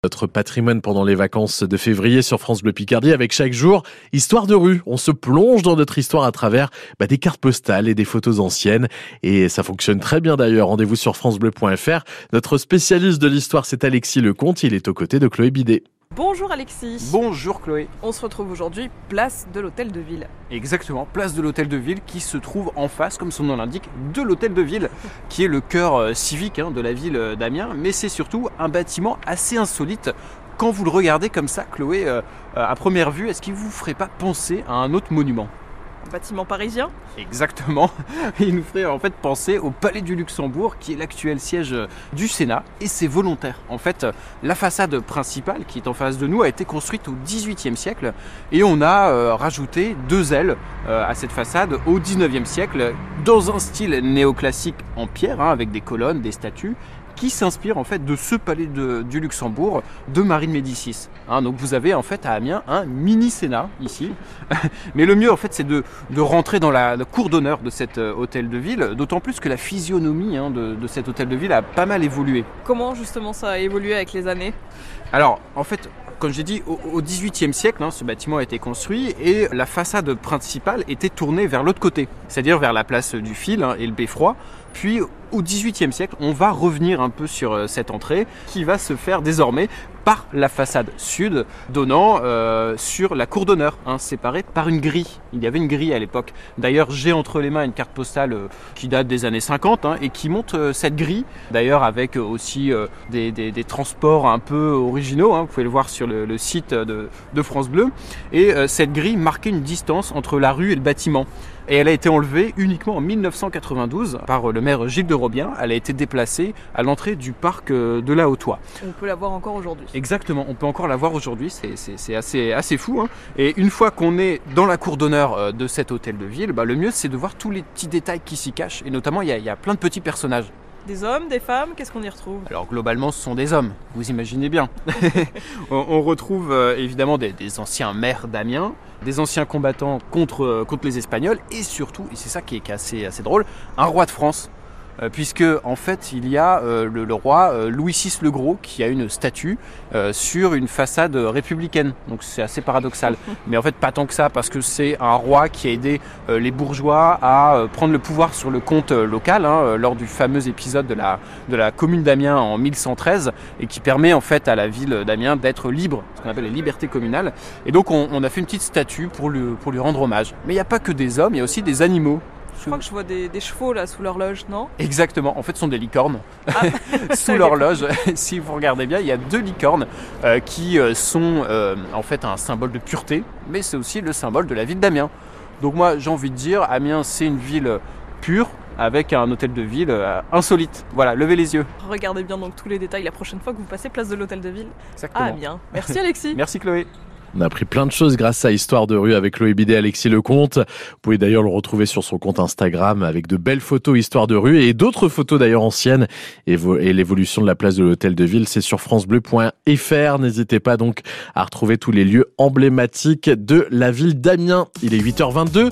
Notre patrimoine pendant les vacances de février sur France Bleu Picardie avec chaque jour Histoire de rue. On se plonge dans notre histoire à travers des cartes postales et des photos anciennes. Et ça fonctionne très bien d'ailleurs. Rendez-vous sur francebleu.fr. Notre spécialiste de l'histoire, c'est Alexis Lecomte. Il est aux côtés de Chloé Bidet. Bonjour Alexis. Bonjour Chloé. On se retrouve aujourd'hui place de l'Hôtel de Ville. Exactement, place de l'Hôtel de Ville qui se trouve en face, comme son nom l'indique, de l'Hôtel de Ville, qui est le cœur civique de la ville d'Amiens. Mais c'est surtout un bâtiment assez insolite. Quand vous le regardez comme ça, Chloé, à première vue, est-ce qu'il ne vous ferait pas penser à un autre monument ? Un bâtiment parisien ? Exactement, il nous ferait en fait penser au Palais du Luxembourg qui est l'actuel siège du Sénat et c'est volontaire. En fait, la façade principale qui est en face de nous a été construite au XVIIIe siècle et on a rajouté 2 ailes à cette façade au XIXe siècle dans un style néoclassique en pierre avec des colonnes, des statues qui s'inspire en fait de ce palais du Luxembourg de Marie de Médicis. Donc vous avez en fait à Amiens un mini Sénat ici, mais le mieux en fait c'est de rentrer dans la cour d'honneur de cet hôtel de ville, d'autant plus que la physionomie de cet hôtel de ville a pas mal évolué. Comment justement ça a évolué avec les années ? Alors en fait, comme j'ai dit, au XVIIIe siècle, ce bâtiment a été construit et la façade principale était tournée vers l'autre côté, c'est-à-dire vers la place du Fil et le Beffroi. Puis au XVIIIe siècle, on va revenir un peu sur cette entrée qui va se faire désormais par la façade sud donnant sur la cour d'honneur, séparée par une grille. Il y avait une grille à l'époque. D'ailleurs, j'ai entre les mains une carte postale qui date des années 50 et qui montre cette grille. D'ailleurs, avec aussi des transports un peu originaux. Vous pouvez le voir sur le site de France Bleu. Et cette grille marquait une distance entre la rue et le bâtiment. Et elle a été enlevée uniquement en 1992 par le maire Gilles de Robien. Elle a été déplacée à l'entrée du parc de la Haute-Oie. On peut la voir encore aujourd'hui. Exactement, on peut encore la voir aujourd'hui, c'est assez fou. Et une fois qu'on est dans la cour d'honneur de cet hôtel de ville, le mieux c'est de voir tous les petits détails qui s'y cachent. Et notamment, il y a plein de petits personnages. Des hommes, des femmes, qu'est-ce qu'on y retrouve ? Alors globalement, ce sont des hommes, vous imaginez bien. on retrouve évidemment des anciens maires d'Amiens, des anciens combattants contre les Espagnols et surtout, et c'est ça qui est assez drôle, un roi de France. Puisque en fait il y a le roi Louis VI le Gros qui a une statue sur une façade républicaine, donc c'est assez paradoxal, mais en fait pas tant que ça parce que c'est un roi qui a aidé les bourgeois à prendre le pouvoir sur le comte local lors du fameux épisode de la commune d'Amiens en 1113 et qui permet en fait à la ville d'Amiens d'être libre, ce qu'on appelle la liberté communale, et donc on a fait une petite statue pour lui rendre hommage. Mais il n'y a pas que des hommes, il y a aussi des animaux. Je crois que je vois des chevaux là sous l'horloge, non ? Exactement, en fait ce sont des licornes sous l'horloge. Si vous regardez bien, il y a 2 licornes qui sont en fait un symbole de pureté, mais c'est aussi le symbole de la ville d'Amiens. Donc moi j'ai envie de dire, Amiens c'est une ville pure avec un hôtel de ville insolite. Voilà, levez les yeux. Regardez bien donc tous les détails la prochaine fois que vous passez place de l'hôtel de ville. Exactement. À Amiens. Merci Alexis. Merci Chloé. On a appris plein de choses grâce à Histoire de rue avec Chloé Bidet et Alexis Lecomte. Vous pouvez d'ailleurs le retrouver sur son compte Instagram avec de belles photos Histoire de rue et d'autres photos d'ailleurs anciennes. Et l'évolution de la place de l'Hôtel de Ville, c'est sur francebleu.fr. N'hésitez pas donc à retrouver tous les lieux emblématiques de la ville d'Amiens. Il est 8h22.